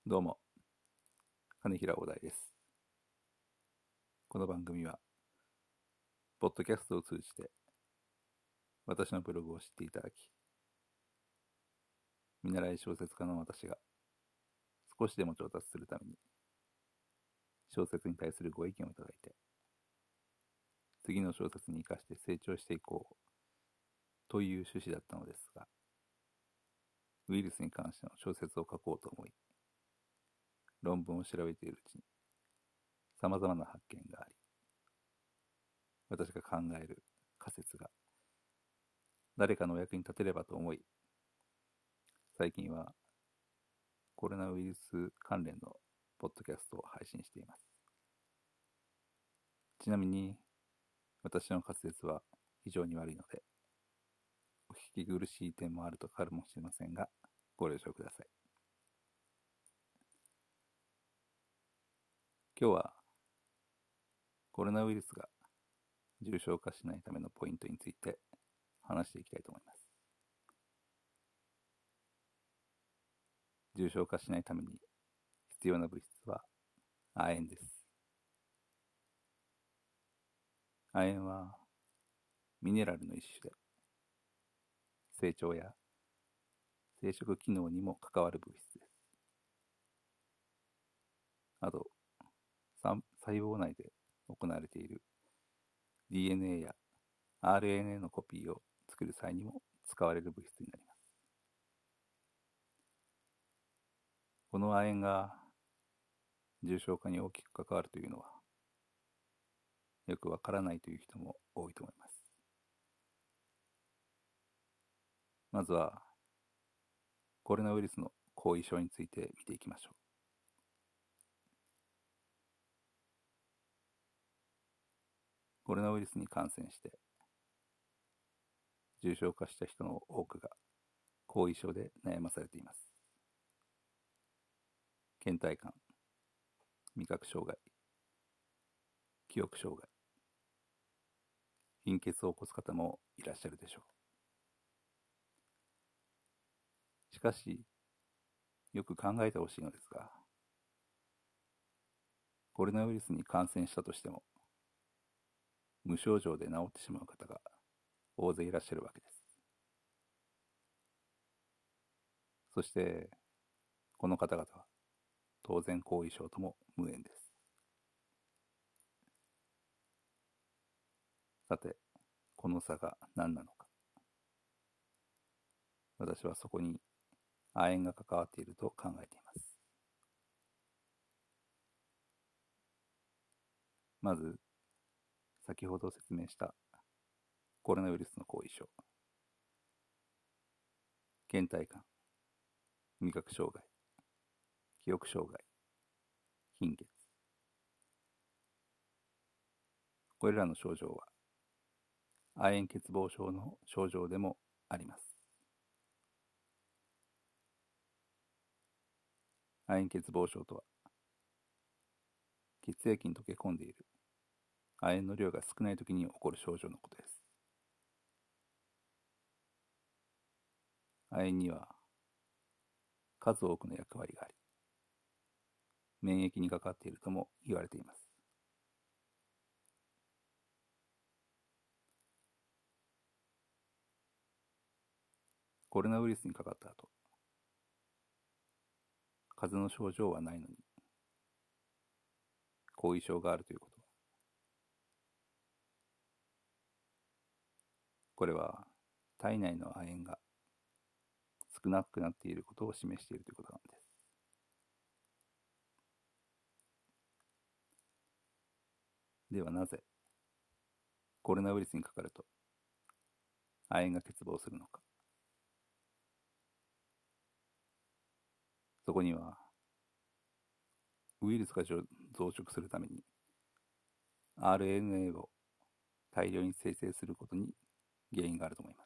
どうも、金平大大です。この番組は、ポッドキャストを通じて、私のブログを知っていただき、見習い小説家の私が、少しでも上達するために、小説に対するご意見をいただいて、次の小説に生かして成長していこう、という趣旨だったのですが、ウイルスに関しての小説を書こうと思い、論文を調べているうちに、様々な発見があり、私が考える仮説が、誰かのお役に立てればと思い、最近はコロナウイルス関連のポッドキャストを配信しています。ちなみに、私の滑舌は非常に悪いので、お聞き苦しい点もあるかもしれませんが、ご了承ください。今日は、コロナウイルスが重症化しないためのポイントについて話していきたいと思います。重症化しないために必要な物質は亜鉛です。亜鉛はミネラルの一種で、成長や生殖機能にも関わる物質です。あと、細胞内で行われている DNA や RNA のコピーを作る際にも使われる物質になります。この亜鉛が重症化に大きく関わるというのは、よくわからないという人も多いと思います。まずは、コロナウイルスの後遺症について見ていきましょう。コロナウイルスに感染して重症化した人の多くが後遺症で悩まされています。倦怠感、味覚障害、記憶障害、貧血を起こす方もいらっしゃるでしょう。しかし、よく考えてほしいのですが、コロナウイルスに感染したとしても、無症状で治ってしまう方が大勢いらっしゃるわけです。そして、この方々は当然後遺症とも無縁です。さて、この差が何なのか。私はそこに亜鉛が関わっていると考えています。まず、先ほど説明したコロナウイルスの後遺症。倦怠感、味覚障害、記憶障害、貧血。これらの症状は、亜鉛欠乏症の症状でもあります。亜鉛欠乏症とは、血液に溶け込んでいる亜鉛の量が少ないときに起こる症状のことです。亜鉛には数多くの役割があり、免疫に関わっているとも言われています。コロナウイルスにかかった後、風邪の症状はないのに、後遺症があるということは、これは体内の亜鉛が少なくなっていることを示しているということなんです。ではなぜ、コロナウイルスにかかると亜鉛が欠乏するのか。そこには、ウイルスが増殖するために RNA を大量に生成することに原因があると思います。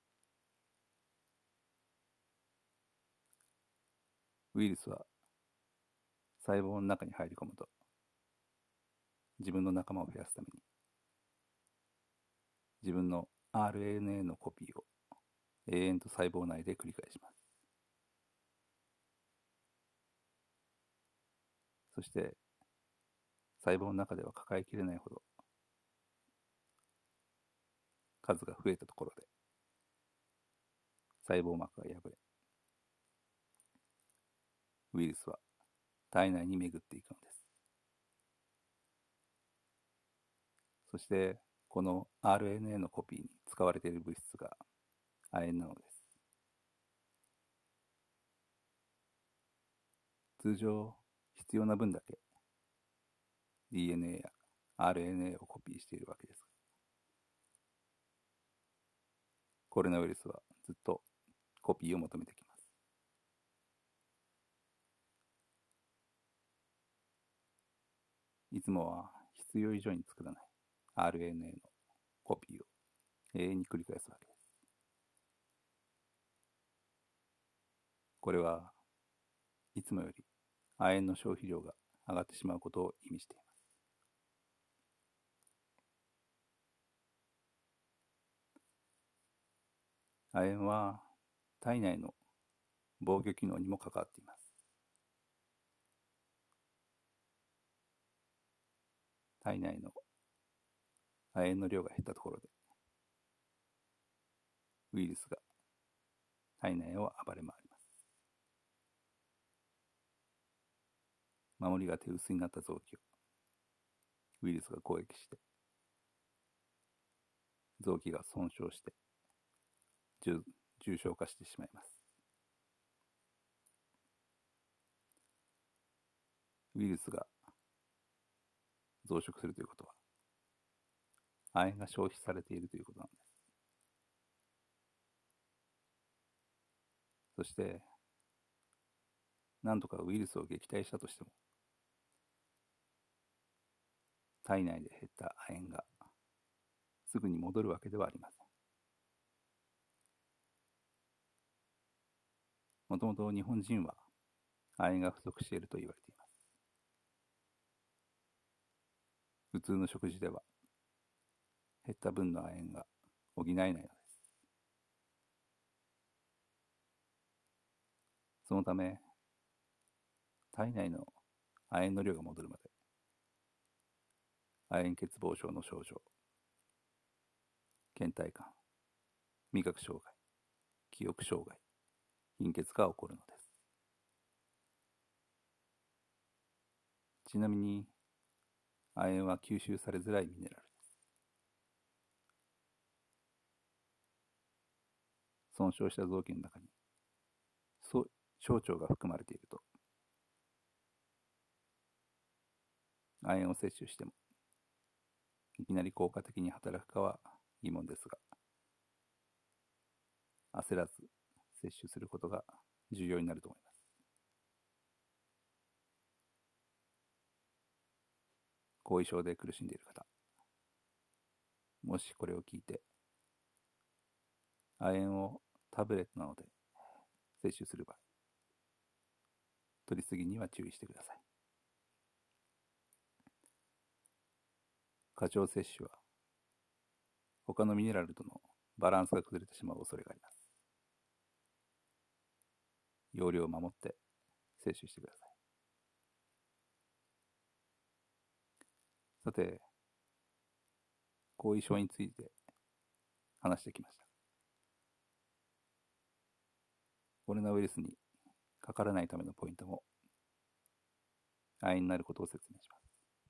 ウイルスは細胞の中に入り込むと、自分の仲間を増やすために、自分の RNA のコピーを永遠と細胞内で繰り返します。 そして細胞の中では抱えきれないほど数が増えたところで細胞膜が破れ、ウイルスは体内に巡っていくのです。そしてこの RNA のコピーに使われている物質が亜鉛なのです。通常必要な分だけ DNA や RNA をコピーしているわけですが、コロナウイルスはずっとコピーを求めてきます。いつもは必要以上に作らない RNA のコピーを永遠に繰り返すわけです。これはいつもより亜鉛の消費量が上がってしまうことを意味しています。亜鉛は体内の防御機能にも関わっています。体内の亜鉛の量が減ったところでウイルスが体内を暴れ回ります。守りが手薄になった臓器をウイルスが攻撃して臓器が損傷して重症化してしまいます。ウイルスが増殖するということは亜鉛が消費されているということなのです。そして何とかウイルスを撃退したとしても体内で減った亜鉛がすぐに戻るわけではありません。もともと日本人は亜鉛が不足していると言われています。普通の食事では減った分の亜鉛が補えないのです。そのため体内の亜鉛の量が戻るまで亜鉛欠乏症の症状、倦怠感、味覚障害、記憶障害、貧血が起こるのです。ちなみに亜鉛は吸収されづらいミネラルです。損傷した臓器の中に小腸が含まれていると亜鉛を摂取してもいきなり効果的に働くかは疑問ですが、焦らず摂取することが重要になると思います。後遺症で苦しんでいる方、もしこれを聞いて亜鉛をタブレットなので摂取する場合、取りすぎには注意してください。過剰摂取は他のミネラルとのバランスが崩れてしまう恐れがあります。容量を守って摂取してください。さて、後遺症について話してきました。コロナウイルスにかからないためのポイントも亜鉛になることを説明します。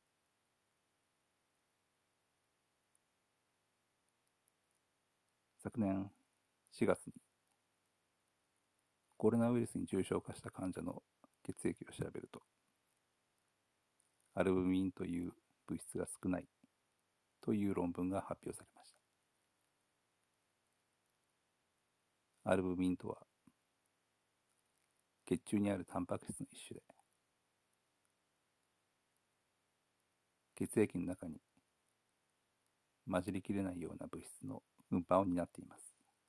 昨年4月にコロナウイルスに重症化した患者の血液を調べると、アルブミンという物質が少ないという論文が発表されました。アルブミンとは血中にあるタンパク質の一種で、血液の中に混じりきれないような物質の運搬を担っています。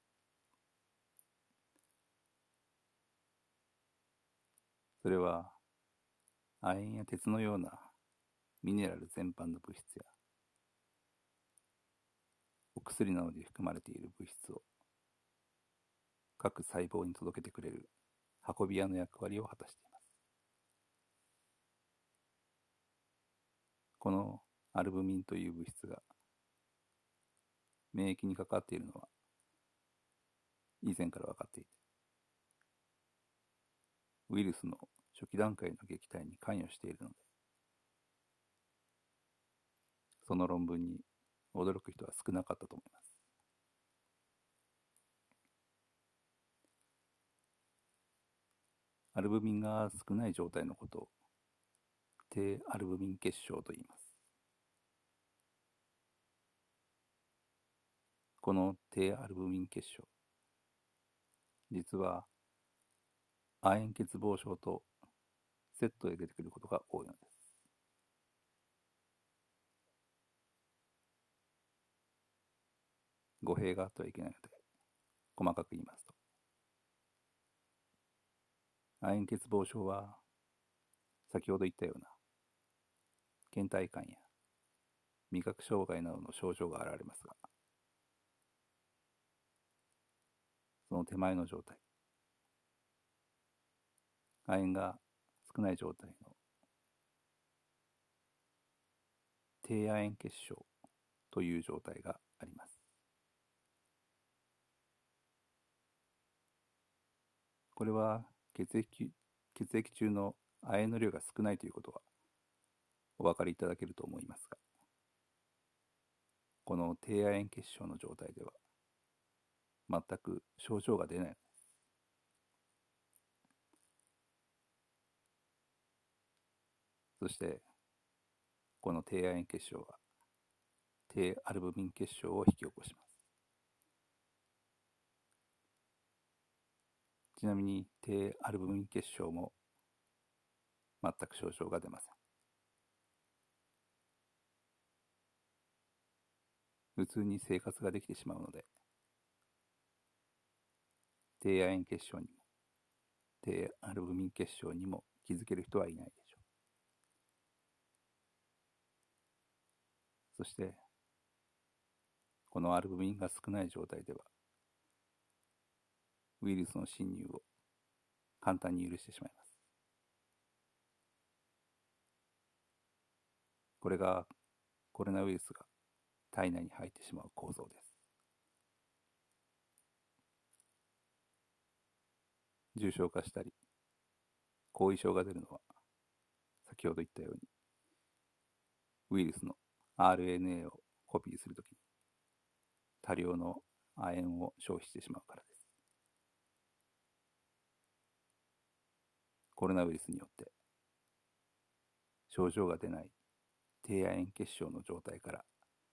それは亜鉛や鉄のようなミネラル全般の物質やお薬などに含まれている物質を各細胞に届けてくれる運び屋の役割を果たしています。 このアルブミンという物質が免疫に関わっているのは以前から分かっていて、ウイルスの初期段階の撃退に関与しているので、その論文に驚く人は少なかったと思います。アルブミンが少ない状態のことを低アルブミン結晶と言います。この低アルブミン結晶、実は亜鉛欠乏症とセットで出てくることが多いのです。語弊があってはいけないので、細かく言いますと、亜鉛欠乏症は先ほど言ったような倦怠感や味覚障害などの症状が現れますが、その手前の状態、亜鉛が少ない状態の低亜鉛結晶という状態があります。これは血液中の亜鉛の量が少ないということはお分かりいただけると思いますが、この低亜鉛結晶の状態では全く症状が出ないのです。そしてこの低亜鉛結晶は低アルブミン結晶を引き起こします。ちなみに低アルブミン結晶も全く症状が出ません。普通に生活ができてしまうので、低亜鉛結晶にも低アルブミン結晶にも気づける人はいないでしょう。そしてこのアルブミンが少ない状態ではウイルスの侵入を簡単に許してしまいます。これがコロナウイルスが体内に入ってしまう構造です。重症化したり後遺症が出るのは先ほど言ったようにウイルスの RNA をコピーするときに多量の亜鉛を消費してしまうからです。コロナウイルスによって症状が出ない低亜鉛結晶の状態から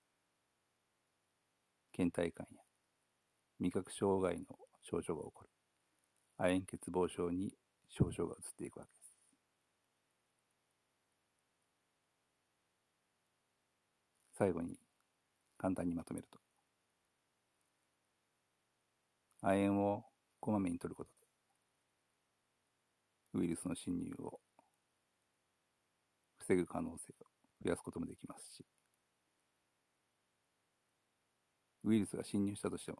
倦怠感や味覚障害の症状が起こる亜鉛欠乏症に症状が移っていくわけです。最後に簡単にまとめると、亜鉛をこまめに摂ることでウイルスの侵入を防ぐ可能性を増やすこともできますし、ウイルスが侵入したとしても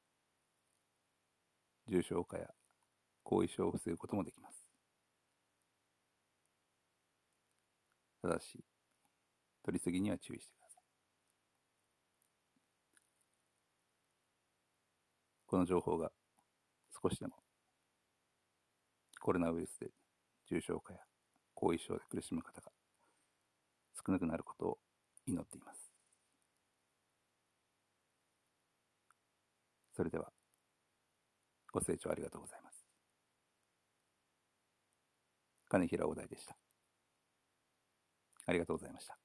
重症化や後遺症を防ぐこともできます。ただし取りすぎには注意してください。この情報が少しでもコロナウイルスで重症化や後遺症で苦しむ方が少なくなることを祈っています。それではご清聴ありがとうございます。金平大大でした。ありがとうございました。